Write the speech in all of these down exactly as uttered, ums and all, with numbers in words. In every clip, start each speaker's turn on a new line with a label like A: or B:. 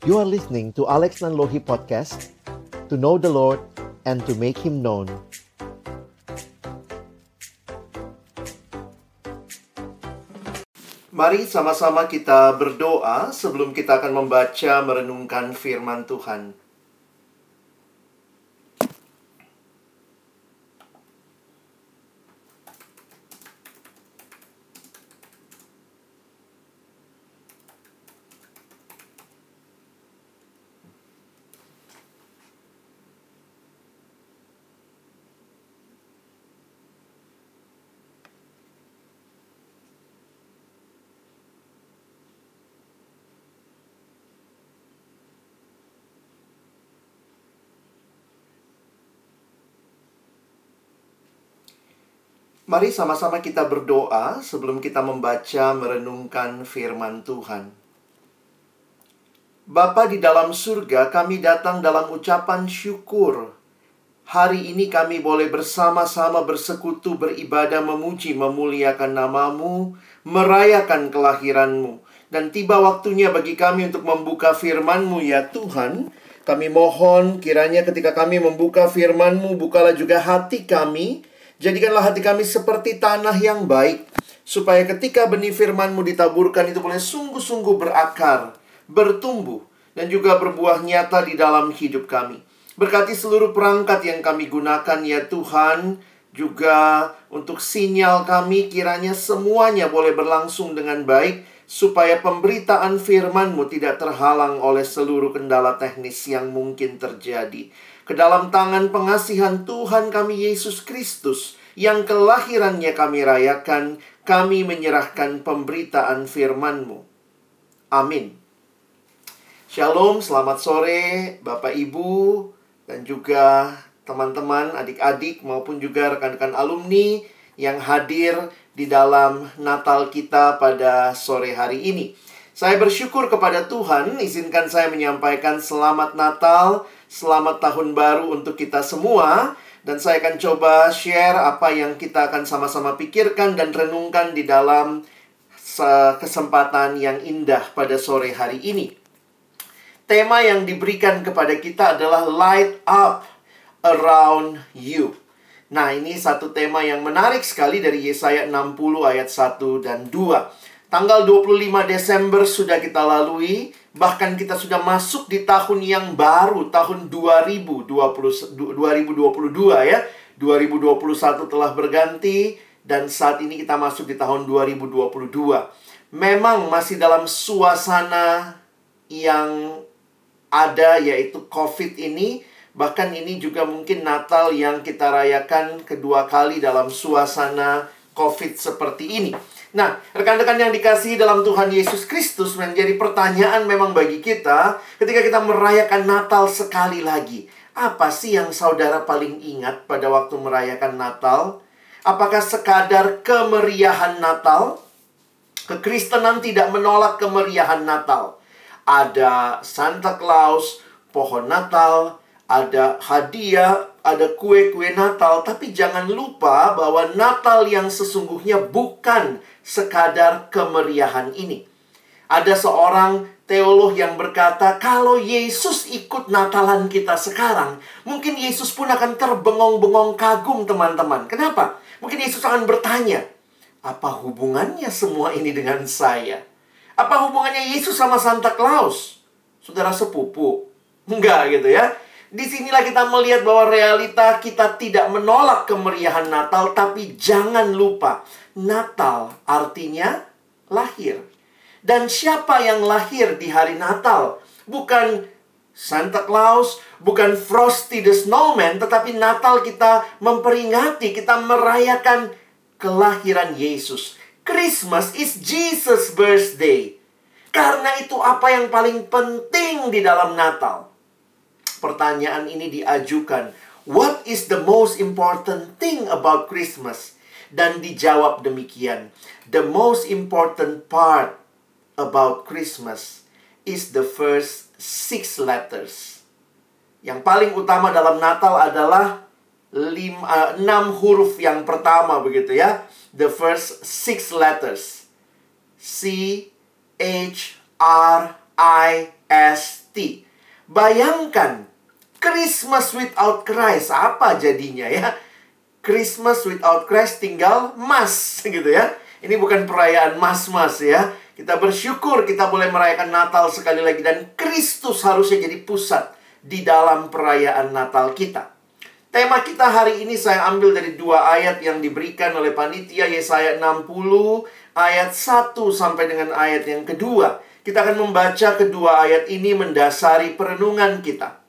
A: You are listening to Alex Nanlohi Podcast, to know the Lord and to make Him known.
B: Mari sama-sama kita berdoa sebelum kita akan membaca merenungkan firman Tuhan. Mari sama-sama kita berdoa sebelum kita membaca merenungkan firman Tuhan. Bapa di dalam surga, kami datang dalam ucapan syukur. Hari ini kami boleh bersama-sama bersekutu, beribadah, memuji, memuliakan nama-Mu, merayakan kelahiran-Mu. Dan tiba waktunya bagi kami untuk membuka firman-Mu ya Tuhan. Kami mohon kiranya ketika kami membuka firman-Mu, bukalah juga hati kami. Jadikanlah hati kami seperti tanah yang baik, supaya ketika benih firman-Mu ditaburkan itu boleh sungguh-sungguh berakar, bertumbuh, dan juga berbuah nyata di dalam hidup kami. Berkati seluruh perangkat yang kami gunakan ya Tuhan, juga untuk sinyal kami kiranya semuanya boleh berlangsung dengan baik, supaya pemberitaan firman-Mu tidak terhalang oleh seluruh kendala teknis yang mungkin terjadi. Ke dalam tangan pengasihan Tuhan kami Yesus Kristus, yang kelahirannya kami rayakan, kami menyerahkan pemberitaan firman-Mu. Amin. Shalom, selamat sore Bapak Ibu, dan juga teman-teman, adik-adik, maupun juga rekan-rekan alumni yang hadir di dalam Natal kita pada sore hari ini. Saya bersyukur kepada Tuhan, izinkan saya menyampaikan selamat Natal, selamat tahun baru untuk kita semua. Dan saya akan coba share apa yang kita akan sama-sama pikirkan dan renungkan di dalam kesempatan yang indah pada sore hari ini. Tema yang diberikan kepada kita adalah Light Up Around You. Nah, ini satu tema yang menarik sekali dari Yesaya enam puluh ayat satu dan dua. Tanggal dua puluh lima Desember sudah kita lalui, bahkan kita sudah masuk di tahun yang baru, tahun dua ribu dua puluh dua ya. dua ribu dua puluh satu telah berganti, dan saat ini kita masuk di tahun dua ribu dua puluh dua. Memang masih dalam suasana yang ada, yaitu COVID ini. Bahkan ini juga mungkin Natal yang kita rayakan kedua kali dalam suasana COVID seperti ini. Nah, rekan-rekan yang dikasihi dalam Tuhan Yesus Kristus, menjadi pertanyaan memang bagi kita ketika kita merayakan Natal sekali lagi. Apa sih yang saudara paling ingat pada waktu merayakan Natal? Apakah sekadar kemeriahan Natal? Kekristenan tidak menolak kemeriahan Natal. Ada Santa Claus, pohon Natal, ada hadiah, ada kue-kue Natal. Tapi jangan lupa bahwa Natal yang sesungguhnya bukan sekadar kemeriahan ini. Ada seorang teolog yang berkata, kalau Yesus ikut Natalan kita sekarang, mungkin Yesus pun akan terbengong-bengong kagum, teman-teman. Kenapa? Mungkin Yesus akan bertanya, apa hubungannya semua ini dengan saya? Apa hubungannya Yesus sama Santa Claus? Saudara sepupu? Enggak gitu ya. Disinilah kita melihat bahwa realita kita tidak menolak kemeriahan Natal, tapi jangan lupa, Natal artinya lahir. Dan siapa yang lahir di hari Natal? Bukan Santa Claus, bukan Frosty the Snowman, tetapi Natal kita memperingati, kita merayakan kelahiran Yesus. Christmas is Jesus' birthday. Karena itu apa yang paling penting di dalam Natal? Pertanyaan ini diajukan, what is the most important thing about Christmas? Dan dijawab demikian, the most important part about Christmas is the first six letters. Yang paling utama dalam Natal adalah lima, enam huruf yang pertama begitu ya. The first six letters. C, H, R, I S T. Bayangkan, Christmas without Christ, apa jadinya ya? Christmas without Christ tinggal mas, gitu ya. Ini bukan perayaan mas-mas ya. Kita bersyukur kita boleh merayakan Natal sekali lagi. Dan Kristus harusnya jadi pusat di dalam perayaan Natal kita. Tema kita hari ini saya ambil dari dua ayat yang diberikan oleh panitia, Yesaya enam puluh ayat satu sampai dengan ayat yang kedua. Kita akan membaca kedua ayat ini mendasari perenungan kita.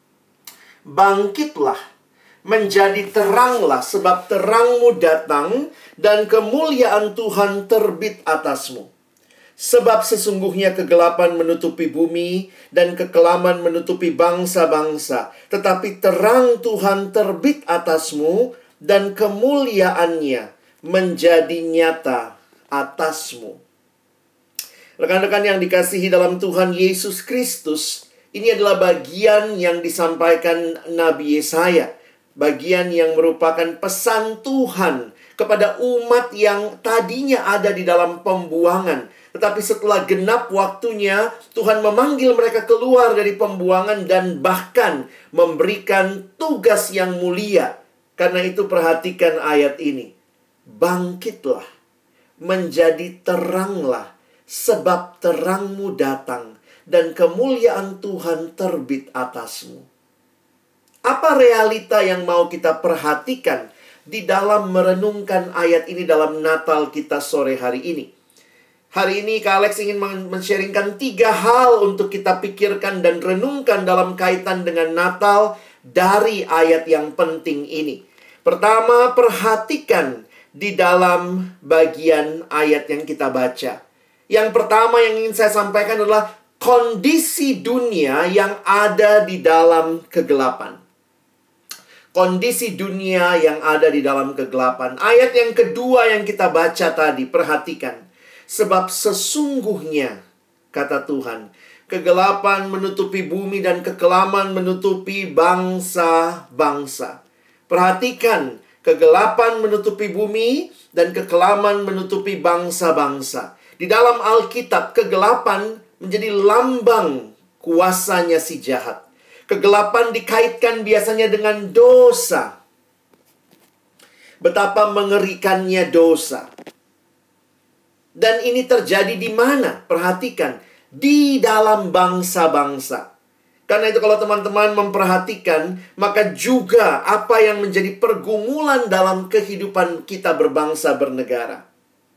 B: Bangkitlah, menjadi teranglah, sebab terangmu datang dan kemuliaan Tuhan terbit atasmu. Sebab sesungguhnya kegelapan menutupi bumi dan kekelaman menutupi bangsa-bangsa. Tetapi terang Tuhan terbit atasmu dan kemuliaannya menjadi nyata atasmu. Rekan-rekan yang dikasihi dalam Tuhan Yesus Kristus, ini adalah bagian yang disampaikan Nabi Yesaya. Bagian yang merupakan pesan Tuhan kepada umat yang tadinya ada di dalam pembuangan. Tetapi setelah genap waktunya, Tuhan memanggil mereka keluar dari pembuangan dan bahkan memberikan tugas yang mulia. Karena itu perhatikan ayat ini. Bangkitlah, menjadi teranglah, sebab terangmu datang dan kemuliaan Tuhan terbit atasmu. Apa realita yang mau kita perhatikan di dalam merenungkan ayat ini dalam Natal kita sore hari ini? Hari ini Kak Alex ingin men-sharingkan tiga hal untuk kita pikirkan dan renungkan dalam kaitan dengan Natal dari ayat yang penting ini. Pertama, perhatikan di dalam bagian ayat yang kita baca. Yang pertama yang ingin saya sampaikan adalah kondisi dunia yang ada di dalam kegelapan. Kondisi dunia yang ada di dalam kegelapan. Ayat yang kedua yang kita baca tadi, perhatikan. Sebab sesungguhnya, kata Tuhan, kegelapan menutupi bumi dan kekelaman menutupi bangsa-bangsa. Perhatikan, kegelapan menutupi bumi dan kekelaman menutupi bangsa-bangsa. Di dalam Alkitab, kegelapan menjadi lambang kuasanya si jahat. Kegelapan dikaitkan biasanya dengan dosa. Betapa mengerikannya dosa. Dan ini terjadi di mana? Perhatikan, di dalam bangsa-bangsa. Karena itu kalau teman-teman memperhatikan, maka juga apa yang menjadi pergumulan dalam kehidupan kita berbangsa bernegara.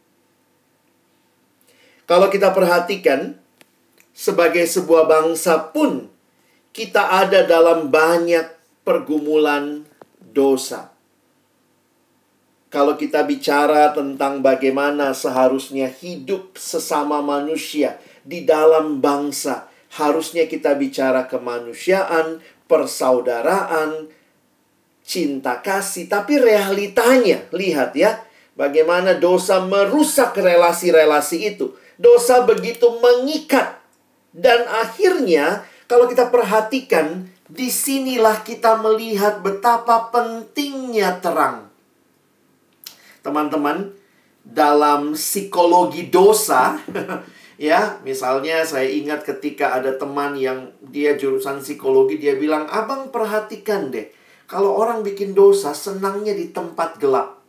B: Kalau kita perhatikan, sebagai sebuah bangsa pun, kita ada dalam banyak pergumulan dosa. Kalau kita bicara tentang bagaimana seharusnya hidup sesama manusia di dalam bangsa, harusnya kita bicara kemanusiaan, persaudaraan, cinta kasih. Tapi realitanya, lihat ya, bagaimana dosa merusak relasi-relasi itu. Dosa begitu mengikat. Dan akhirnya, kalau kita perhatikan, disinilah kita melihat betapa pentingnya terang. Teman-teman, dalam psikologi dosa, ya, misalnya saya ingat ketika ada teman yang dia jurusan psikologi, dia bilang, abang perhatikan deh, kalau orang bikin dosa, senangnya di tempat gelap.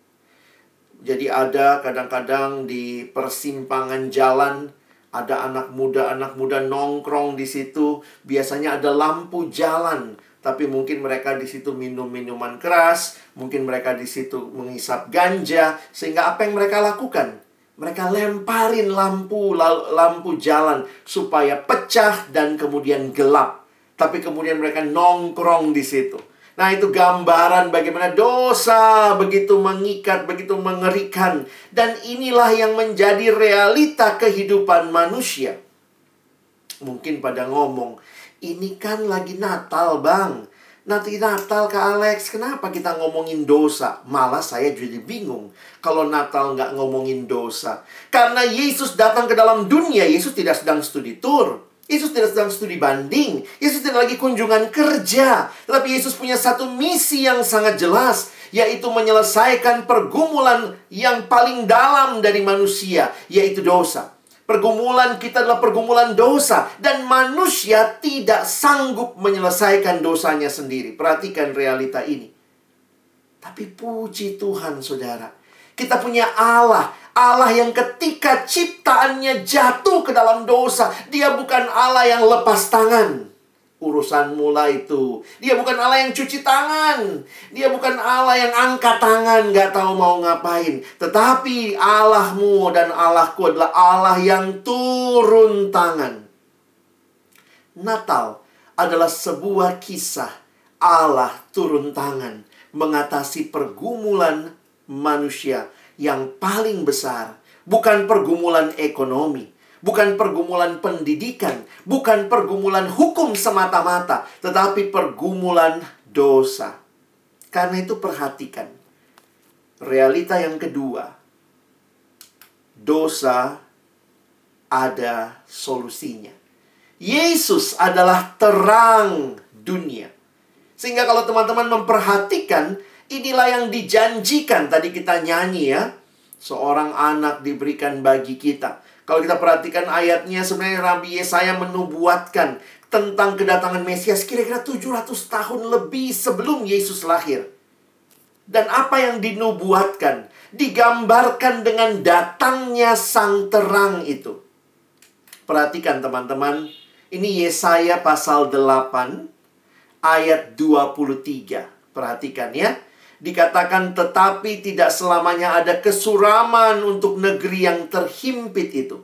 B: Jadi ada kadang-kadang di persimpangan jalan, ada anak muda-anak muda nongkrong di situ. Biasanya ada lampu jalan, tapi mungkin mereka di situ minum minuman keras, mungkin mereka di situ menghisap ganja, sehingga apa yang mereka lakukan? Mereka lemparin lampu lampu jalan supaya pecah dan kemudian gelap. Tapi kemudian mereka nongkrong di situ. Nah, itu gambaran bagaimana dosa begitu mengikat, begitu mengerikan. Dan inilah yang menjadi realita kehidupan manusia. Mungkin pada ngomong, ini kan lagi Natal, Bang. Nanti Natal, Kak Alex, kenapa kita ngomongin dosa? Malah saya jadi bingung kalau Natal nggak ngomongin dosa. Karena Yesus datang ke dalam dunia, Yesus tidak sedang studi tour. Yesus tidak sedang studi banding. Yesus tidak lagi kunjungan kerja. Tetapi Yesus punya satu misi yang sangat jelas, yaitu menyelesaikan pergumulan yang paling dalam dari manusia, yaitu dosa. Pergumulan kita adalah pergumulan dosa. Dan manusia tidak sanggup menyelesaikan dosanya sendiri. Perhatikan realita ini. Tapi puji Tuhan, saudara. Kita punya Allah. Allah yang ketika ciptaannya jatuh ke dalam dosa. Dia bukan Allah yang lepas tangan. Urusan mulai itu. Dia bukan Allah yang cuci tangan. Dia bukan Allah yang angkat tangan, gak tahu mau ngapain. Tetapi Allahmu dan Allahku adalah Allah yang turun tangan. Natal adalah sebuah kisah Allah turun tangan mengatasi pergumulan manusia yang paling besar. Bukan pergumulan ekonomi. Bukan pergumulan pendidikan, bukan pergumulan hukum semata-mata, tetapi pergumulan dosa. Karena itu perhatikan. Realita yang kedua. Dosa ada solusinya. Yesus adalah terang dunia. Sehingga kalau teman-teman memperhatikan, inilah yang dijanjikan. Tadi kita nyanyi ya. Seorang anak diberikan bagi kita. Kalau kita perhatikan ayatnya, sebenarnya Nabi Yesaya menubuatkan tentang kedatangan Mesias kira-kira tujuh ratus tahun lebih sebelum Yesus lahir. Dan apa yang dinubuatkan? Digambarkan dengan datangnya sang terang itu. Perhatikan teman-teman, ini Yesaya pasal delapan ayat dua puluh tiga. Perhatikan ya. Dikatakan, tetapi tidak selamanya ada kesuraman untuk negeri yang terhimpit itu.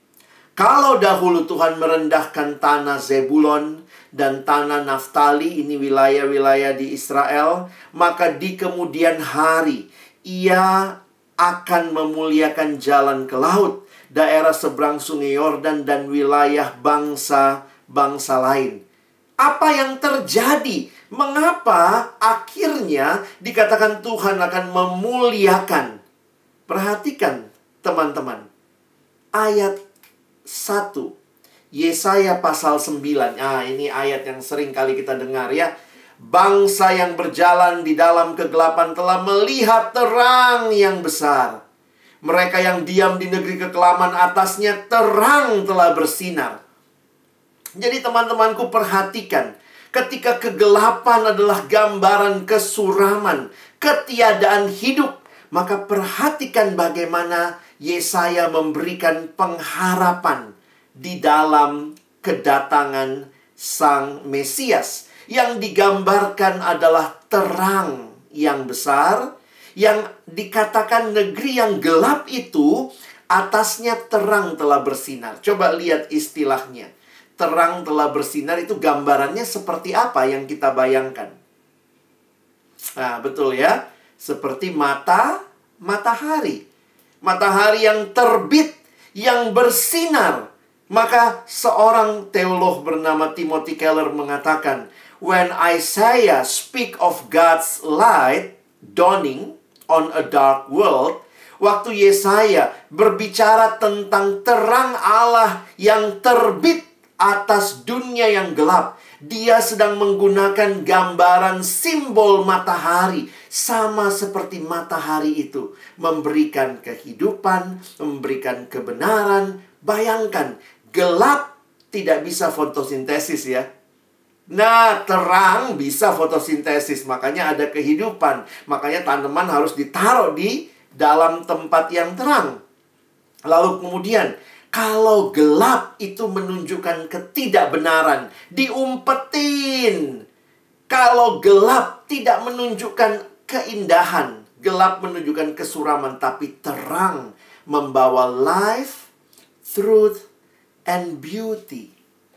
B: Kalau dahulu Tuhan merendahkan tanah Zebulon dan tanah Naftali, ini wilayah-wilayah di Israel, maka di kemudian hari Ia akan memuliakan jalan ke laut, daerah seberang sungai Yordan dan wilayah bangsa-bangsa lain. Apa yang terjadi? Mengapa akhirnya dikatakan Tuhan akan memuliakan? Perhatikan teman-teman. Ayat satu. Yesaya pasal sembilan. Ah, ini ayat yang sering kali kita dengar ya. Bangsa yang berjalan di dalam kegelapan telah melihat terang yang besar. Mereka yang diam di negeri kekelaman atasnya, terang telah bersinar. Jadi teman-temanku perhatikan. Ketika kegelapan adalah gambaran kesuraman, ketiadaan hidup, maka perhatikan bagaimana Yesaya memberikan pengharapan di dalam kedatangan Sang Mesias. Yang digambarkan adalah terang yang besar, yang dikatakan negeri yang gelap itu, atasnya terang telah bersinar. Coba lihat istilahnya. Terang telah bersinar itu gambarannya seperti apa yang kita bayangkan? Nah, betul ya. Seperti mata matahari. Matahari yang terbit, yang bersinar. Maka seorang teolog bernama Timothy Keller mengatakan, when Isaiah speak of God's light dawning on a dark world, waktu Yesaya berbicara tentang terang Allah yang terbit atas dunia yang gelap, dia sedang menggunakan gambaran simbol matahari. Sama seperti matahari itu memberikan kehidupan, memberikan kebenaran. Bayangkan, gelap tidak bisa fotosintesis ya. Nah, terang bisa fotosintesis. Makanya ada kehidupan. Makanya tanaman harus ditaruh di dalam tempat yang terang. Lalu kemudian, kalau gelap itu menunjukkan ketidakbenaran, diumpetin. Kalau gelap tidak menunjukkan keindahan, gelap menunjukkan kesuraman, tapi terang membawa life, truth, and beauty.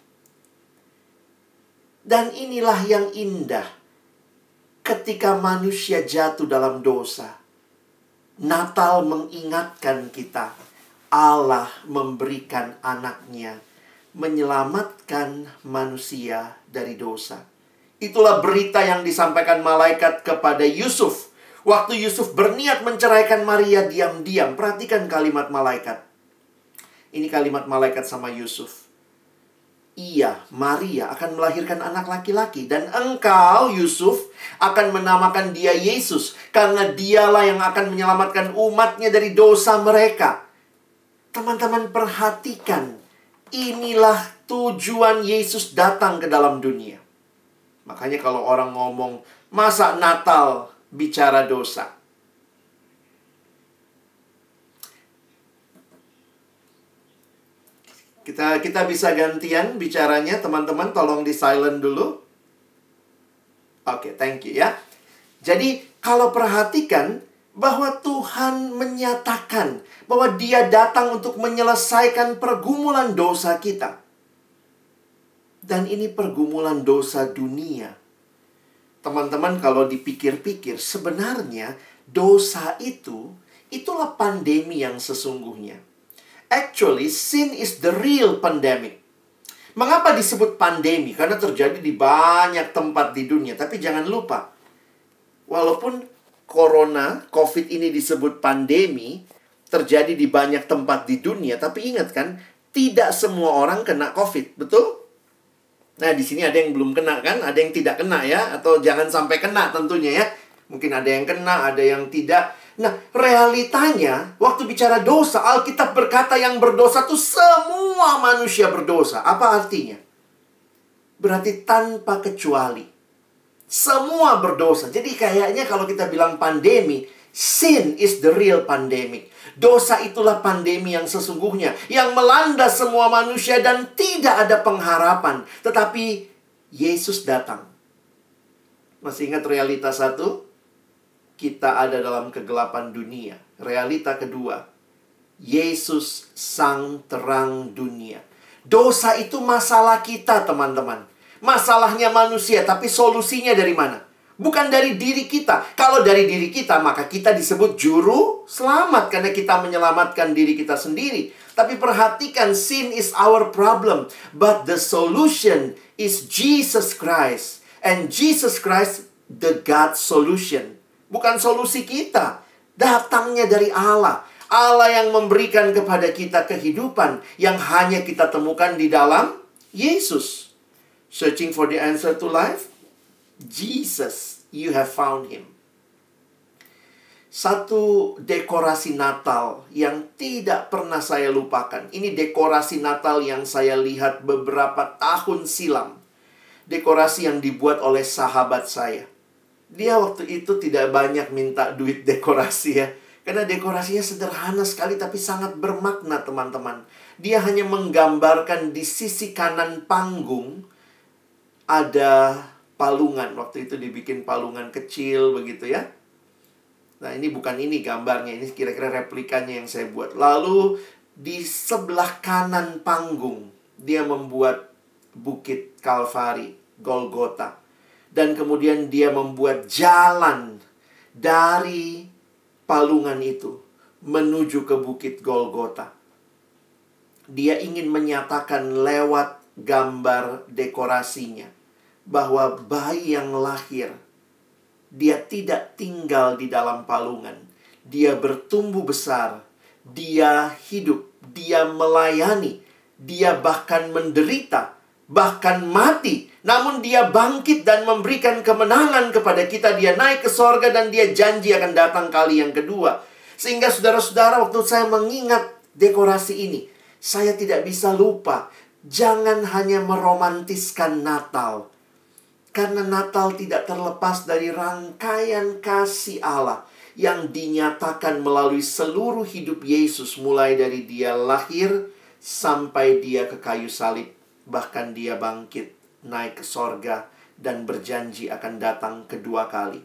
B: Dan inilah yang indah ketika manusia jatuh dalam dosa. Natal mengingatkan kita, Allah memberikan anaknya menyelamatkan manusia dari dosa. Itulah berita yang disampaikan malaikat kepada Yusuf. Waktu Yusuf berniat menceraikan Maria diam-diam. Perhatikan kalimat malaikat. Ini kalimat malaikat sama Yusuf. Ia, Maria, akan melahirkan anak laki-laki. Dan engkau, Yusuf, akan menamakan dia Yesus. Karena dialah yang akan menyelamatkan umatnya dari dosa mereka. Teman-teman perhatikan, inilah tujuan Yesus datang ke dalam dunia. Makanya kalau orang ngomong, masa Natal bicara dosa? Kita kita bisa gantian bicaranya, teman-teman. Tolong di silent dulu. Oke, okay, thank you ya. Jadi, kalau perhatikan bahwa Tuhan menyatakan bahwa Dia datang untuk menyelesaikan pergumulan dosa kita. Dan ini pergumulan dosa dunia. Teman-teman, kalau dipikir-pikir, sebenarnya dosa itu, itulah pandemi yang sesungguhnya. Actually, sin is the real pandemic. Mengapa disebut pandemi? Karena terjadi di banyak tempat di dunia. Tapi jangan lupa, walaupun corona, COVID ini disebut pandemi, terjadi di banyak tempat di dunia. Tapi ingat kan, tidak semua orang kena COVID, betul? Nah, di sini ada yang belum kena kan? Ada yang tidak kena ya? Atau jangan sampai kena tentunya ya. Mungkin ada yang kena, ada yang tidak. Nah, realitanya, waktu bicara dosa, Alkitab berkata yang berdosa itu semua manusia berdosa. Apa artinya? Berarti tanpa kecuali. Semua berdosa. Jadi kayaknya kalau kita bilang pandemi, sin is the real pandemic. Dosa itulah pandemi yang sesungguhnya, yang melanda semua manusia dan tidak ada pengharapan. Tetapi Yesus datang. Masih ingat realita satu? Kita ada dalam kegelapan dunia. Realita kedua, Yesus sang terang dunia. Dosa itu masalah kita, teman-teman. Masalahnya manusia, tapi solusinya dari mana? Bukan dari diri kita. Kalau dari diri kita, maka kita disebut juru selamat karena kita menyelamatkan diri kita sendiri. Tapi perhatikan, sin is our problem, but the solution is Jesus Christ. And Jesus Christ, the God solution. Bukan solusi kita. Datangnya dari Allah. Allah yang memberikan kepada kita kehidupan yang hanya kita temukan di dalam Yesus. Searching for the answer to life? Jesus. You have found Him. Satu dekorasi Natal yang tidak pernah saya lupakan. Ini dekorasi Natal yang saya lihat beberapa tahun silam. Dekorasi yang dibuat oleh sahabat saya. Dia waktu itu tidak banyak minta duit dekorasi ya. Karena dekorasinya sederhana sekali tapi sangat bermakna, teman-teman. Dia hanya menggambarkan di sisi kanan panggung ada palungan. Waktu itu dibikin palungan kecil begitu ya. Nah, ini bukan ini gambarnya. Ini kira-kira replikanya yang saya buat. Lalu di sebelah kanan panggung dia membuat bukit Kalvari, Golgota. Dan kemudian dia membuat jalan dari palungan itu menuju ke bukit Golgota. Dia ingin menyatakan lewat gambar dekorasinya bahwa bayi yang lahir, dia tidak tinggal di dalam palungan. Dia bertumbuh besar, dia hidup, dia melayani, dia bahkan menderita, bahkan mati. Namun dia bangkit dan memberikan kemenangan kepada kita. Dia naik ke sorga dan dia janji akan datang kali yang kedua. Sehingga saudara-saudara, waktu saya mengingat dekorasi ini, saya tidak bisa lupa. Jangan hanya meromantiskan Natal. Karena Natal tidak terlepas dari rangkaian kasih Allah yang dinyatakan melalui seluruh hidup Yesus. Mulai dari dia lahir sampai dia ke kayu salib. Bahkan dia bangkit, naik ke sorga, dan berjanji akan datang kedua kali.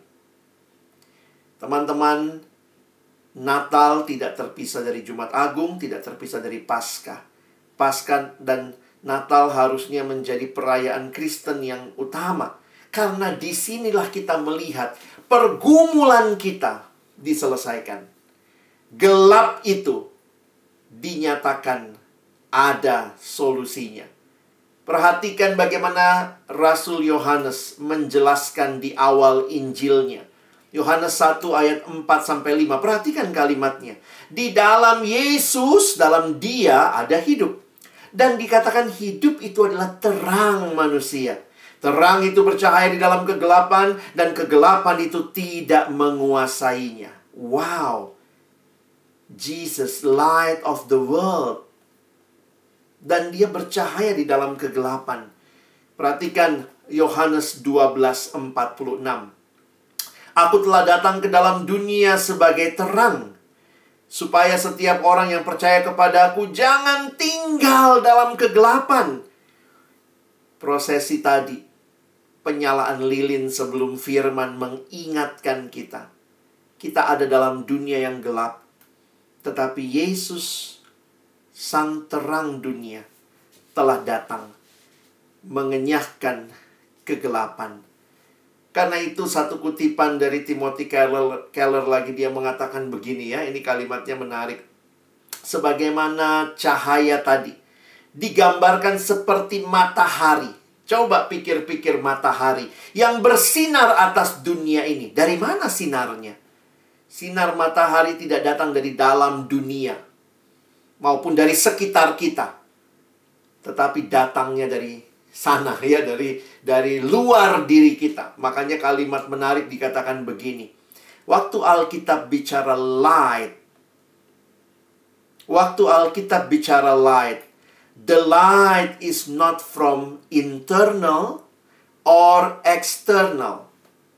B: Teman-teman, Natal tidak terpisah dari Jumat Agung, tidak terpisah dari Paskah. Paskah dan Natal harusnya menjadi perayaan Kristen yang utama. Karena disinilah kita melihat pergumulan kita diselesaikan. Gelap itu dinyatakan ada solusinya. Perhatikan bagaimana Rasul Yohanes menjelaskan di awal Injilnya. Yohanes satu ayat empat sampai lima. Perhatikan kalimatnya. Di dalam Yesus, dalam Dia ada hidup. Dan dikatakan hidup itu adalah terang manusia. Terang itu bercahaya di dalam kegelapan, dan kegelapan itu tidak menguasainya. Wow. Jesus, light of the world. Dan dia bercahaya di dalam kegelapan. Perhatikan Yohanes dua belas empat puluh enam. Aku telah datang ke dalam dunia sebagai terang, supaya setiap orang yang percaya kepadaku jangan tinggal dalam kegelapan. Prosesi tadi, penyalaan lilin sebelum firman mengingatkan kita. Kita ada dalam dunia yang gelap, tetapi Yesus, sang terang dunia, telah datang mengenyahkan kegelapan. Karena itu satu kutipan dari Timothy Keller, Keller lagi, dia mengatakan begini ya. Ini kalimatnya menarik. Sebagaimana cahaya tadi digambarkan seperti matahari. Coba pikir-pikir matahari yang bersinar atas dunia ini. Dari mana sinarnya? Sinar matahari tidak datang dari dalam dunia maupun dari sekitar kita, tetapi datangnya dari sana ya, dari dari luar diri kita. Makanya kalimat menarik dikatakan begini. Waktu Alkitab bicara light, waktu Alkitab bicara light, the light is not from internal or external.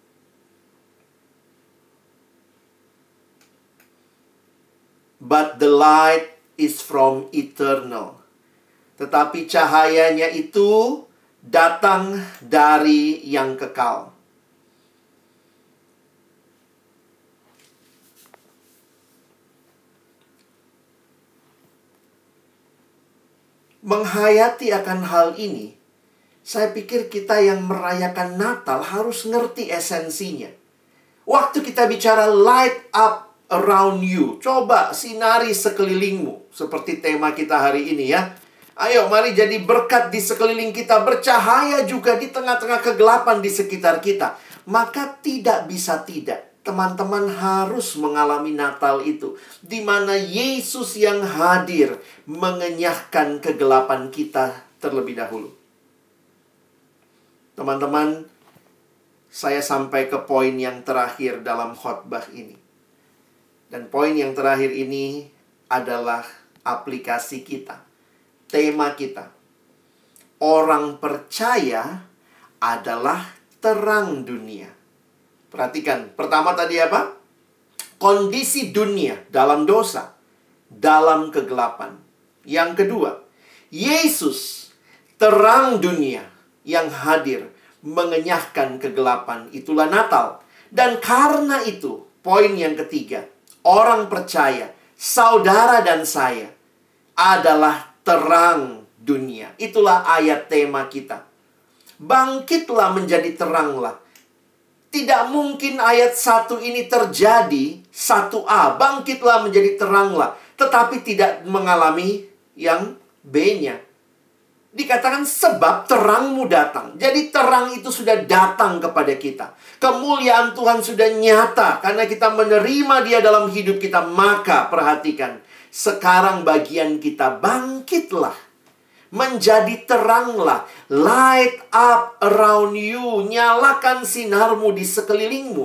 B: But the light is from eternal. Tetapi cahayanya itu datang dari yang kekal. Menghayati akan hal ini, saya pikir kita yang merayakan Natal harus ngerti esensinya. Waktu kita bicara light up around you, coba sinari sekelilingmu. Seperti tema kita hari ini ya. Ayo mari jadi berkat di sekeliling kita, bercahaya juga di tengah-tengah kegelapan di sekitar kita. Maka tidak bisa tidak, teman-teman harus mengalami Natal itu, di mana Yesus yang hadir mengenyahkan kegelapan kita terlebih dahulu. Teman-teman, saya sampai ke poin yang terakhir dalam khotbah ini. Dan poin yang terakhir ini adalah aplikasi kita. Tema kita, orang percaya adalah terang dunia. Perhatikan, pertama tadi apa? Kondisi dunia dalam dosa, dalam kegelapan. Yang kedua, Yesus, terang dunia yang hadir mengenyahkan kegelapan. Itulah Natal. Dan karena itu, poin yang ketiga, orang percaya, saudara dan saya, adalah terang dunia. Itulah ayat tema kita. Bangkitlah menjadi teranglah. Tidak mungkin ayat satu ini terjadi, satu A, bangkitlah menjadi teranglah, tetapi tidak mengalami yang B-nya. Dikatakan sebab terangmu datang. Jadi terang itu sudah datang kepada kita. Kemuliaan Tuhan sudah nyata karena kita menerima Dia dalam hidup kita. Maka perhatikan, sekarang bagian kita, bangkitlah, menjadi teranglah, light up around you, nyalakan sinarmu di sekelilingmu.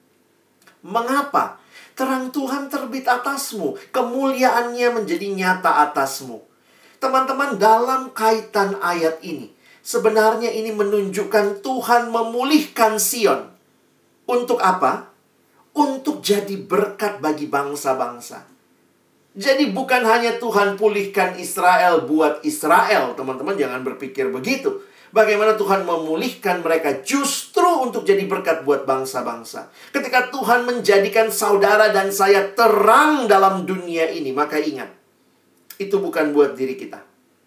B: Mengapa? Terang Tuhan terbit atasmu, kemuliaannya menjadi nyata atasmu. Teman-teman, dalam kaitan ayat ini, sebenarnya ini menunjukkan Tuhan memulihkan Sion. Untuk apa? Untuk jadi berkat bagi bangsa-bangsa. Jadi bukan hanya Tuhan pulihkan Israel buat Israel. Teman-teman jangan berpikir begitu. Bagaimana Tuhan memulihkan mereka justru untuk jadi berkat buat bangsa-bangsa. Ketika Tuhan menjadikan saudara dan saya terang dalam dunia ini, maka ingat, itu bukan buat diri kita.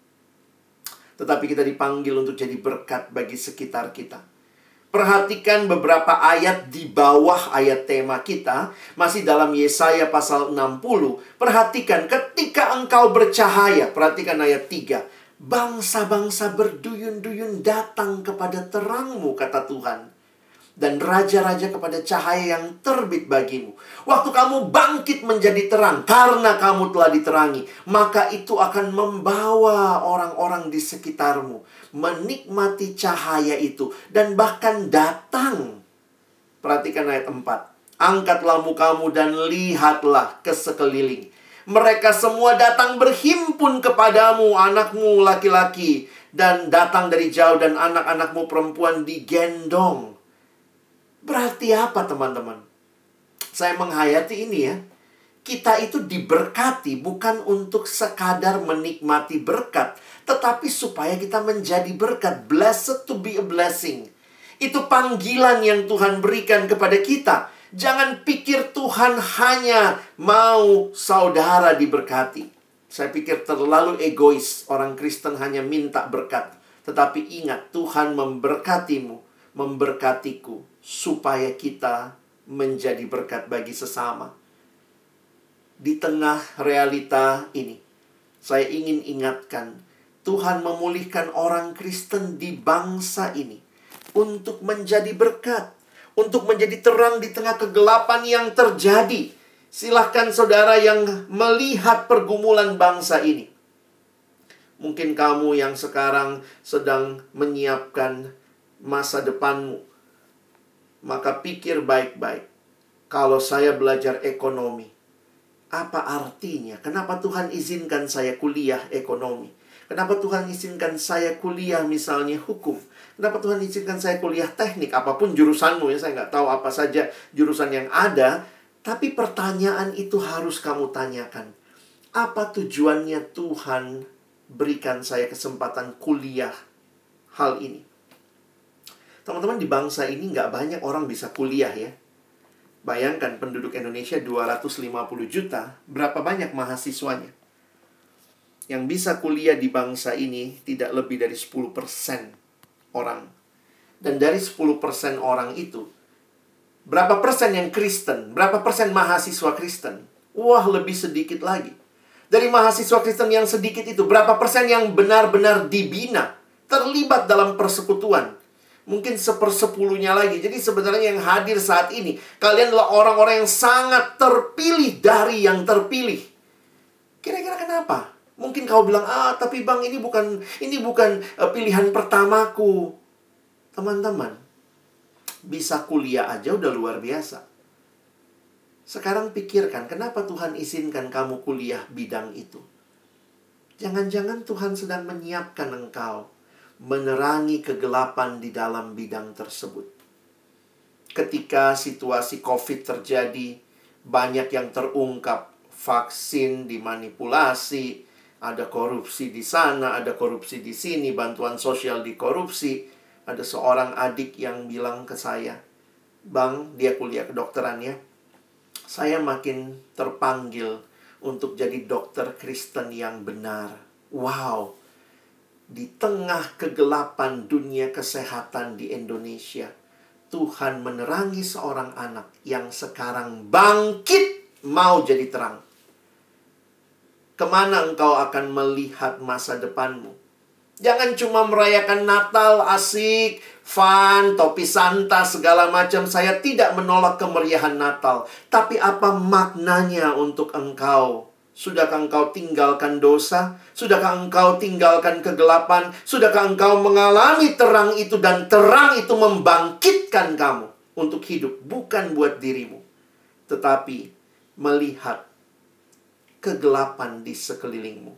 B: Tetapi kita dipanggil untuk jadi berkat bagi sekitar kita. Perhatikan beberapa ayat di bawah ayat tema kita. Masih dalam Yesaya pasal enam puluh. Perhatikan, ketika engkau bercahaya. Perhatikan ayat tiga. Bangsa-bangsa berduyun-duyun datang kepada terangmu, kata Tuhan. Dan raja-raja kepada cahaya yang terbit bagimu. Waktu kamu bangkit menjadi terang, karena kamu telah diterangi, maka itu akan membawa orang-orang di sekitarmu menikmati cahaya itu. Dan bahkan datang. Perhatikan ayat empat. Angkatlah mukamu dan lihatlah ke sekeliling. Mereka semua datang berhimpun kepadamu, anakmu laki-laki, dan datang dari jauh, dan anak-anakmu perempuan digendong. Berarti apa, teman-teman? Saya menghayati ini ya. Kita itu diberkati bukan untuk sekadar menikmati berkat, tetapi supaya kita menjadi berkat. Blessed to be a blessing. Itu panggilan yang Tuhan berikan kepada kita. Jangan pikir Tuhan hanya mau saudara diberkati. Saya pikir terlalu egois. Orang Kristen hanya minta berkat. Tetapi ingat, Tuhan memberkatimu, memberkatiku, supaya kita menjadi berkat bagi sesama. Di tengah realita ini, saya ingin ingatkan, Tuhan memulihkan orang Kristen di bangsa ini untuk menjadi berkat, untuk menjadi terang di tengah kegelapan yang terjadi. Silahkan saudara yang melihat pergumulan bangsa ini. Mungkin kamu yang sekarang sedang menyiapkan masa depanmu, maka pikir baik-baik. Kalau saya belajar ekonomi, apa artinya? Kenapa Tuhan izinkan saya kuliah ekonomi? Kenapa Tuhan izinkan saya kuliah misalnya hukum? Kenapa Tuhan izinkan saya kuliah teknik? Apapun jurusanmu ya, saya nggak tahu apa saja jurusan yang ada. Tapi pertanyaan itu harus kamu tanyakan. Apa tujuannya Tuhan berikan saya kesempatan kuliah hal ini? Teman-teman, di bangsa ini nggak banyak orang bisa kuliah ya. Bayangkan penduduk Indonesia dua ratus lima puluh juta, berapa banyak mahasiswanya? Yang bisa kuliah di bangsa ini tidak lebih dari sepuluh persen orang. Dan dari sepuluh persen orang itu, berapa persen yang Kristen? Berapa persen mahasiswa Kristen? Wah, lebih sedikit lagi. Dari mahasiswa Kristen yang sedikit itu, berapa persen yang benar-benar dibina, terlibat dalam persekutuan? Mungkin sepersepuluhnya lagi. Jadi sebenarnya yang hadir saat ini, kalian adalah orang-orang yang sangat terpilih dari yang terpilih. Kira-kira kenapa? Mungkin kau bilang, ah tapi bang ini bukan ini bukan uh, pilihan pertamaku. Teman-teman, bisa kuliah aja udah luar biasa. Sekarang pikirkan, kenapa Tuhan izinkan kamu kuliah bidang itu? Jangan-jangan Tuhan sedang menyiapkan engkau menerangi kegelapan di dalam bidang tersebut. Ketika situasi COVID terjadi, banyak yang terungkap, vaksin dimanipulasi, ada korupsi di sana, ada korupsi di sini, bantuan sosial dikorupsi. Ada seorang adik yang bilang ke saya, "Bang, dia kuliah kedokteran ya. Saya makin terpanggil untuk jadi dokter Kristen yang benar." Wow. Di tengah kegelapan dunia kesehatan di Indonesia, Tuhan menerangi seorang anak yang sekarang bangkit mau jadi terang. Kemana engkau akan melihat masa depanmu? Jangan cuma merayakan Natal, asik, fun, topi Santa, segala macam. Saya tidak menolak kemeriahan Natal. Tapi apa maknanya untuk engkau? Sudahkah engkau tinggalkan dosa? Sudahkah engkau tinggalkan kegelapan? Sudahkah engkau mengalami terang itu, dan terang itu membangkitkan kamu untuk hidup? Bukan buat dirimu, tetapi melihat kegelapan di sekelilingmu.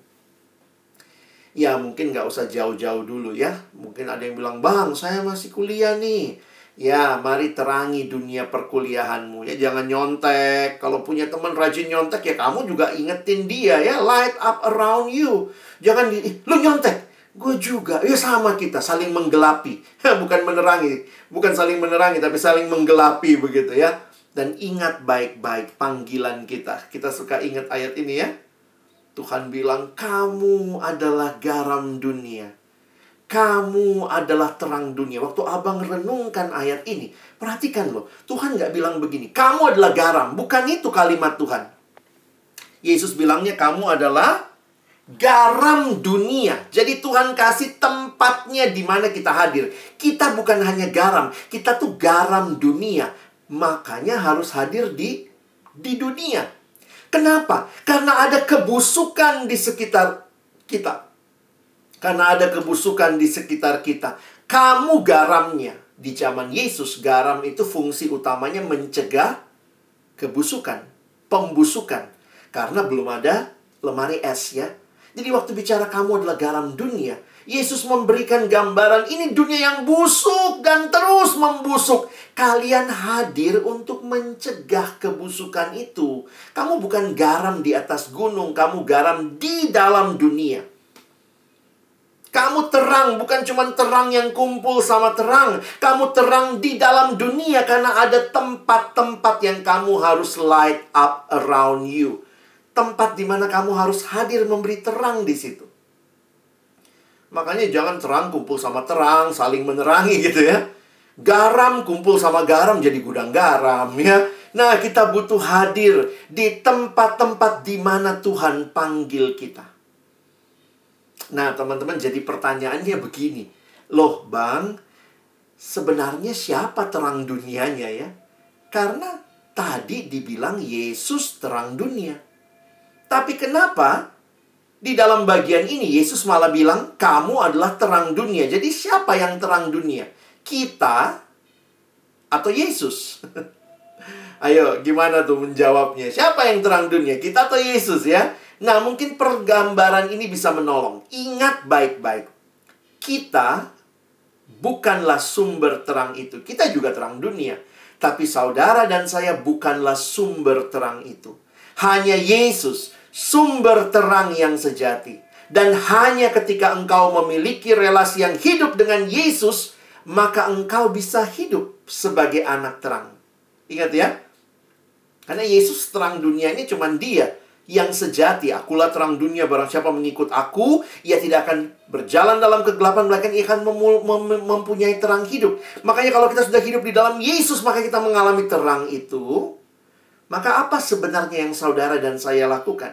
B: Ya mungkin gak usah jauh-jauh dulu ya. Mungkin ada yang bilang, "Bang, saya masih kuliah nih." Ya, mari terangi dunia perkuliahanmu ya. Jangan nyontek. Kalau punya teman rajin nyontek, ya kamu juga ingetin dia ya. Light up around you. Jangan di, lu nyontek, gue juga. Ya sama, kita saling menggelapi. Bukan menerangi. Bukan saling menerangi, tapi saling menggelapi begitu ya. Dan ingat baik-baik panggilan kita. Kita suka ingat ayat ini ya. Tuhan bilang, kamu adalah garam dunia. Kamu adalah terang dunia. Waktu abang renungkan ayat ini, perhatikan loh. Tuhan gak bilang begini, kamu adalah garam. Bukan itu kalimat Tuhan. Yesus bilangnya, kamu adalah garam dunia. Jadi Tuhan kasih tempatnya di mana kita hadir. Kita bukan hanya garam, kita tuh garam dunia. Makanya harus hadir di di dunia. Kenapa? Karena ada kebusukan di sekitar kita. Karena ada kebusukan di sekitar kita. Kamu garamnya. Di zaman Yesus, garam itu fungsi utamanya mencegah kebusukan, pembusukan. Karena belum ada lemari es ya. Jadi waktu bicara kamu adalah garam dunia, Yesus memberikan gambaran ini dunia yang busuk dan terus membusuk. Kalian hadir untuk mencegah kebusukan itu. Kamu bukan garam di atas gunung, kamu garam di dalam dunia. Kamu terang, bukan cuma terang yang kumpul sama terang. Kamu terang di dalam dunia karena ada tempat-tempat yang kamu harus light up around you. Tempat di mana kamu harus hadir memberi terang di situ. Makanya jangan terang kumpul sama terang, saling menerangi gitu ya. Garam kumpul sama garam jadi gudang garam ya. Nah, kita butuh hadir di tempat-tempat di mana Tuhan panggil kita. Nah, teman-teman, jadi pertanyaannya begini. Loh, Bang, sebenarnya siapa terang dunianya ya? Karena tadi dibilang Yesus terang dunia. Tapi kenapa di dalam bagian ini Yesus malah bilang kamu adalah terang dunia? Jadi siapa yang terang dunia? Kita atau Yesus? Ayo, gimana tuh menjawabnya? Siapa yang terang dunia? Kita atau Yesus ya? Nah, mungkin pergambaran ini bisa menolong. Ingat baik-baik. Kita bukanlah sumber terang itu. Kita juga terang dunia. Tapi saudara dan saya bukanlah sumber terang itu. Hanya Yesus, sumber terang yang sejati. Dan hanya ketika engkau memiliki relasi yang hidup dengan Yesus, maka engkau bisa hidup sebagai anak terang. Ingat ya. Karena Yesus terang dunia ini cuma Dia yang sejati. Akulah terang dunia, barang siapa mengikut aku, ia tidak akan berjalan dalam kegelapan, melainkan ia akan mem- mem- mempunyai terang hidup. Makanya kalau kita sudah hidup di dalam Yesus, maka kita mengalami terang itu. Maka apa sebenarnya yang saudara dan saya lakukan?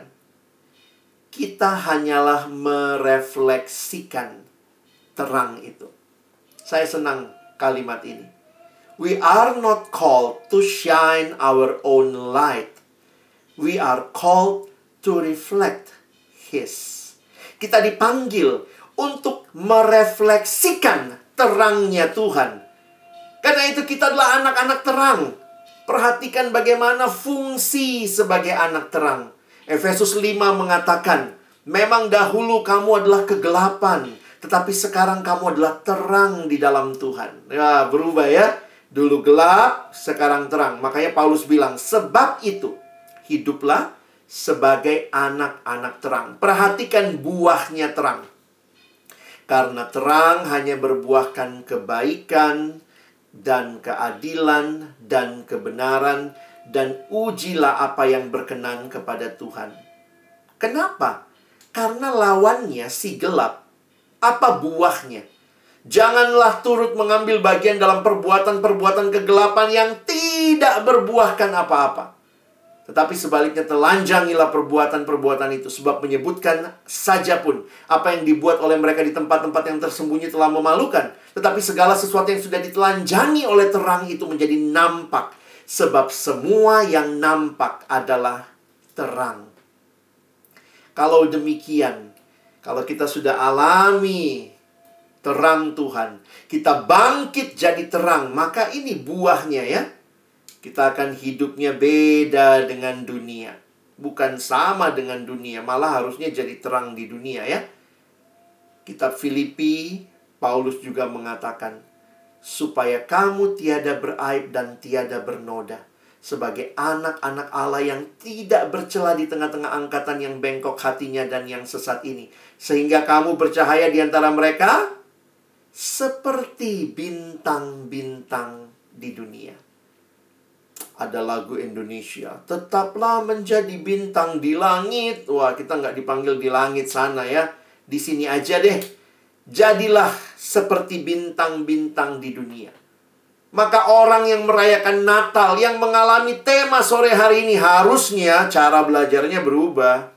B: Kita hanyalah merefleksikan terang itu. Saya senang kalimat ini. We are not called to shine our own light. We are called to reflect His. Kita dipanggil untuk merefleksikan terangnya Tuhan. Karena itu kita adalah anak-anak terang. Perhatikan bagaimana fungsi sebagai anak terang. Efesus lima mengatakan, memang dahulu kamu adalah kegelapan, tetapi sekarang kamu adalah terang di dalam Tuhan. Ya, berubah ya. Dulu gelap, sekarang terang. Makanya Paulus bilang, sebab itu hiduplah sebagai anak-anak terang. Perhatikan buahnya terang. Karena terang hanya berbuahkan kebaikan dan keadilan dan kebenaran, dan ujilah apa yang berkenan kepada Tuhan. Kenapa? Karena lawannya si gelap. Apa buahnya? Janganlah turut mengambil bagian dalam perbuatan-perbuatan kegelapan yang tidak berbuahkan apa-apa. Tetapi sebaliknya telanjangilah perbuatan-perbuatan itu. Sebab menyebutkan saja pun apa yang dibuat oleh mereka di tempat-tempat yang tersembunyi telah memalukan. Tetapi segala sesuatu yang sudah ditelanjangi oleh terang itu menjadi nampak. Sebab semua yang nampak adalah terang. Kalau demikian, kalau kita sudah alami terang Tuhan, kita bangkit jadi terang, maka ini buahnya ya. Kita akan hidupnya beda dengan dunia. Bukan sama dengan dunia, malah harusnya jadi terang di dunia ya. Kitab Filipi, Paulus juga mengatakan, supaya kamu tiada beraib dan tiada bernoda, sebagai anak-anak Allah yang tidak bercela di tengah-tengah angkatan yang bengkok hatinya dan yang sesat ini. Sehingga kamu bercahaya di antara mereka seperti bintang-bintang di dunia. Ada lagu Indonesia, tetaplah menjadi bintang di langit. Wah, kita nggak dipanggil di langit sana ya. Di sini aja deh. Jadilah seperti bintang-bintang di dunia. Maka orang yang merayakan Natal, yang mengalami tema sore hari ini, harusnya cara belajarnya berubah.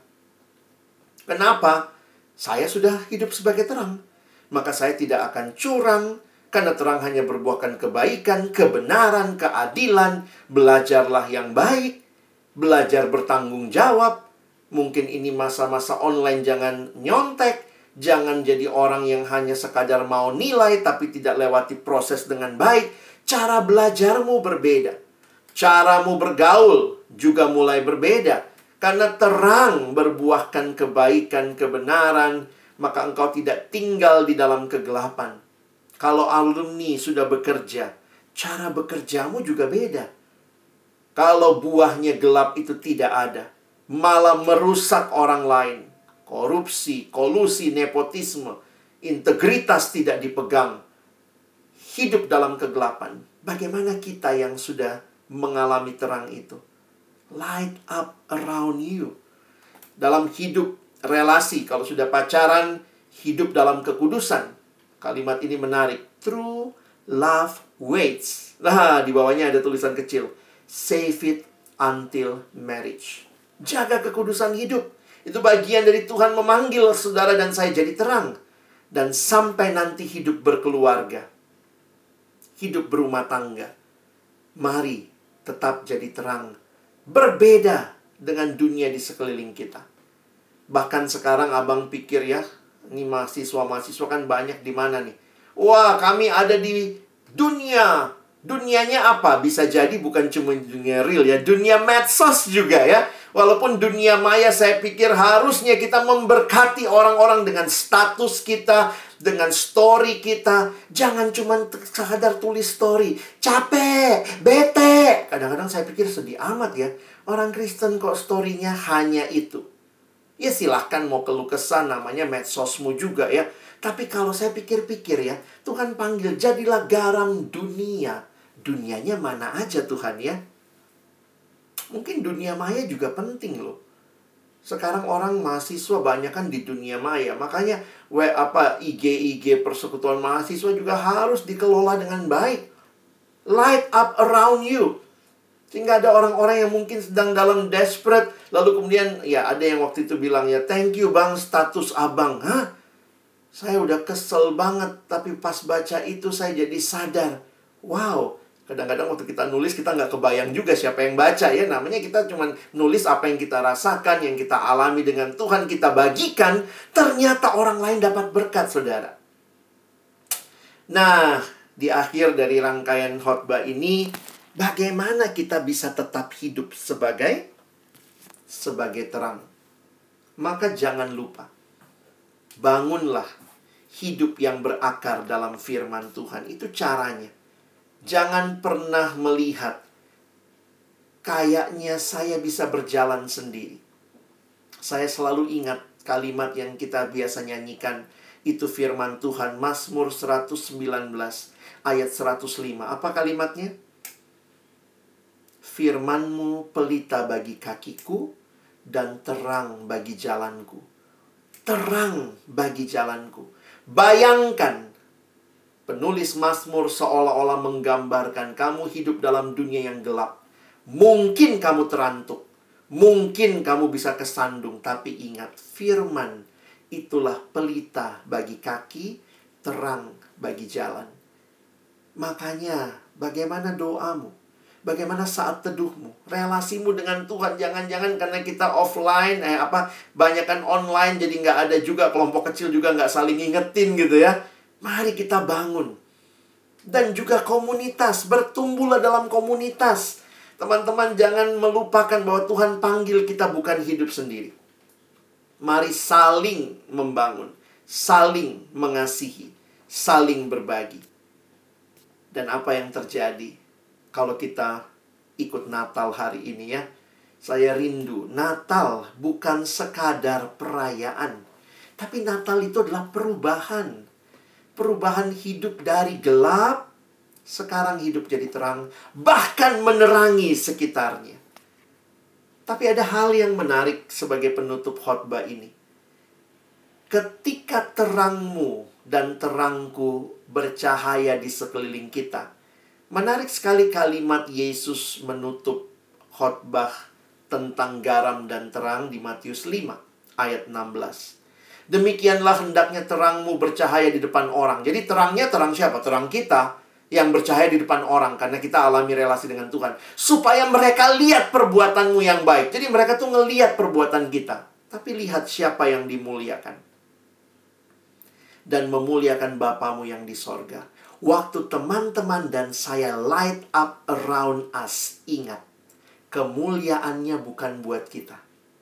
B: Kenapa? Saya sudah hidup sebagai terang. Maka saya tidak akan curang, karena terang hanya berbuahkan kebaikan, kebenaran, keadilan. Belajarlah yang baik, belajar bertanggung jawab. Mungkin ini masa-masa online, jangan nyontek. Jangan jadi orang yang hanya sekadar mau nilai, tapi tidak lewati proses dengan baik. Cara belajarmu berbeda. Caramu bergaul juga mulai berbeda. Karena terang berbuahkan kebaikan, kebenaran, maka engkau tidak tinggal di dalam kegelapan. Kalau alumni sudah bekerja, cara bekerjamu juga beda. Kalau buahnya gelap itu tidak ada, malah merusak orang lain. Korupsi, kolusi, nepotisme, integritas tidak dipegang. Hidup dalam kegelapan. Bagaimana kita yang sudah mengalami terang itu? Light up around you. Dalam hidup relasi, kalau sudah pacaran, hidup dalam kekudusan. Kalimat ini menarik. True love waits. Nah, di bawahnya ada tulisan kecil. Save it until marriage. Jaga kekudusan hidup. Itu bagian dari Tuhan memanggil saudara dan saya jadi terang. Dan sampai nanti hidup berkeluarga. Hidup berumah tangga. Mari tetap jadi terang. Berbeda dengan dunia di sekeliling kita. Bahkan sekarang abang pikir ya, ini mahasiswa-mahasiswa kan banyak di mana nih? Wah, kami ada di dunia. Dunianya apa? Bisa jadi bukan cuma dunia real ya, dunia medsos juga ya. Walaupun dunia maya saya pikir harusnya kita memberkati orang-orang dengan status kita, dengan story kita. Jangan cuma sekadar tulis story. Capek, bete. Kadang-kadang saya pikir sedih amat ya. Orang Kristen kok story-nya hanya itu. Ya silahkan mau keluh kesah, namanya medsosmu juga ya. Tapi kalau saya pikir-pikir ya, Tuhan panggil jadilah garam dunia. Dunianya mana aja Tuhan ya? Mungkin dunia maya juga penting loh. Sekarang orang mahasiswa banyak kan di dunia maya. Makanya we, apa I G I G persekutuan mahasiswa juga harus dikelola dengan baik. Light up around you. Sehingga ada orang-orang yang mungkin sedang dalam desperate. Lalu kemudian ya ada yang waktu itu bilang ya, thank you bang status abang. Hah? Saya udah kesel banget. Tapi pas baca itu saya jadi sadar. Wow. Kadang-kadang waktu kita nulis kita nggak kebayang juga siapa yang baca ya. Namanya kita cuma nulis apa yang kita rasakan, yang kita alami dengan Tuhan, kita bagikan. Ternyata orang lain dapat berkat, saudara. Nah, di akhir dari rangkaian khotbah ini, bagaimana kita bisa tetap hidup sebagai sebagai terang? Maka jangan lupa, bangunlah hidup yang berakar dalam firman Tuhan. Itu caranya. Jangan pernah melihat kayaknya saya bisa berjalan sendiri. Saya selalu ingat kalimat yang kita biasa nyanyikan. Itu firman Tuhan, Mazmur seratus sembilan belas ayat seratus lima. Apa kalimatnya? Firman-Mu pelita bagi kakiku dan terang bagi jalanku. Terang bagi jalanku. Bayangkan, penulis Mazmur seolah-olah menggambarkan kamu hidup dalam dunia yang gelap. Mungkin kamu terantuk. Mungkin kamu bisa kesandung. Tapi ingat, firman itulah pelita bagi kaki, terang bagi jalan. Makanya, bagaimana doamu? Bagaimana saat teduhmu? Relasimu dengan Tuhan. Jangan-jangan karena kita offline, eh apa, banyakan online, jadi nggak ada juga, kelompok kecil juga nggak saling ngingetin gitu ya. Mari kita bangun. Dan juga komunitas. Bertumbuhlah dalam komunitas. Teman-teman jangan melupakan bahwa Tuhan panggil kita bukan hidup sendiri. Mari saling membangun. Saling mengasihi. Saling berbagi. Dan apa yang terjadi kalau kita ikut Natal hari ini ya. Saya rindu. Natal bukan sekadar perayaan. Tapi Natal itu adalah perubahan. Perubahan hidup dari gelap, sekarang hidup jadi terang, bahkan menerangi sekitarnya. Tapi ada hal yang menarik sebagai penutup khotbah ini. Ketika terangmu dan terangku bercahaya di sekeliling kita, menarik sekali kalimat Yesus menutup khotbah tentang garam dan terang di Matius lima ayat enam belas. Demikianlah hendaknya terangmu bercahaya di depan orang. Jadi terangnya terang siapa? Terang kita yang bercahaya di depan orang. Karena kita alami relasi dengan Tuhan. Supaya mereka lihat perbuatanmu yang baik. Jadi mereka tuh ngelihat perbuatan kita. Tapi lihat siapa yang dimuliakan. Dan memuliakan Bapamu yang di sorga. Waktu teman-teman dan saya light up around us. Ingat, kemuliaannya bukan buat kita.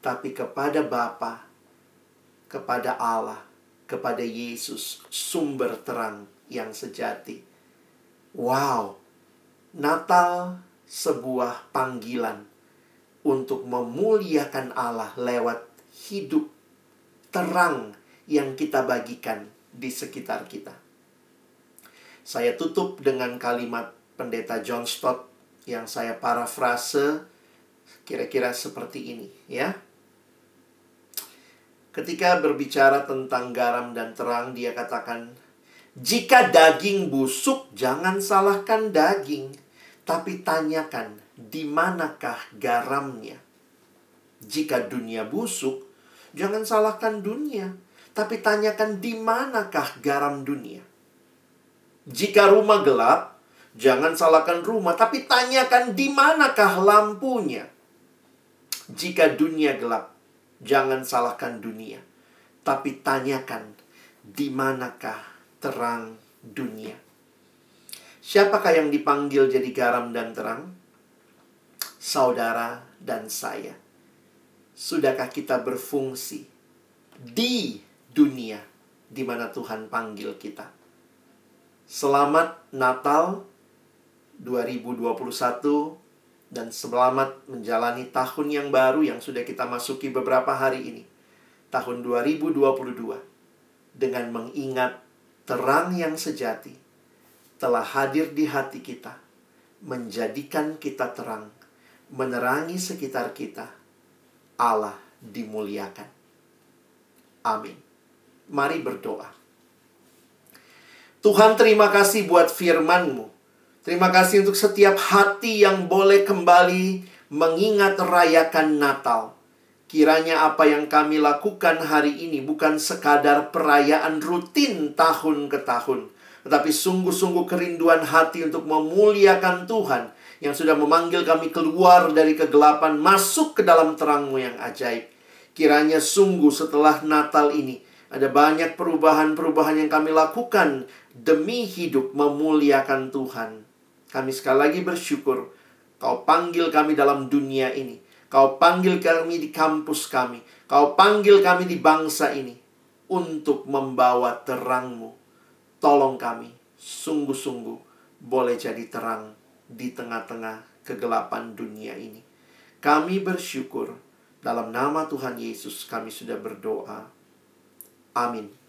B: tapi kepada Bapa, kepada Allah, kepada Yesus, sumber terang yang sejati. Wow, Natal sebuah panggilan untuk memuliakan Allah lewat hidup terang yang kita bagikan di sekitar kita. Saya tutup dengan kalimat Pendeta John Stott yang saya parafrase kira-kira seperti ini, ya. Ketika berbicara tentang garam dan terang, dia katakan, jika daging busuk, jangan salahkan daging, tapi tanyakan, di manakah garamnya? Jika dunia busuk, jangan salahkan dunia, tapi tanyakan, di manakah garam dunia? Jika rumah gelap, jangan salahkan rumah, tapi tanyakan, di manakah lampunya? Jika dunia gelap, jangan salahkan dunia, tapi tanyakan, di manakah terang dunia? Siapakah yang dipanggil jadi garam dan terang? Saudara dan saya. Sudahkah kita berfungsi di dunia di mana Tuhan panggil kita? Selamat Natal dua ribu dua puluh satu dan selamat menjalani tahun yang baru yang sudah kita masuki beberapa hari ini. Tahun dua ribu dua puluh dua. Dengan mengingat terang yang sejati telah hadir di hati kita, menjadikan kita terang, menerangi sekitar kita. Allah dimuliakan. Amin. Mari berdoa. Tuhan, terima kasih buat firman-Mu. Terima kasih untuk setiap hati yang boleh kembali mengingat rayakan Natal. Kiranya apa yang kami lakukan hari ini bukan sekadar perayaan rutin tahun ke tahun, tetapi sungguh-sungguh kerinduan hati untuk memuliakan Tuhan yang sudah memanggil kami keluar dari kegelapan, masuk ke dalam terang-Mu yang ajaib. Kiranya sungguh setelah Natal ini ada banyak perubahan-perubahan yang kami lakukan demi hidup memuliakan Tuhan. Kami sekali lagi bersyukur Kau panggil kami dalam dunia ini. Kau panggil kami di kampus kami. Kau panggil kami di bangsa ini untuk membawa terang-Mu. Tolong kami sungguh-sungguh boleh jadi terang di tengah-tengah kegelapan dunia ini. Kami bersyukur dalam nama Tuhan Yesus kami sudah berdoa. Amin.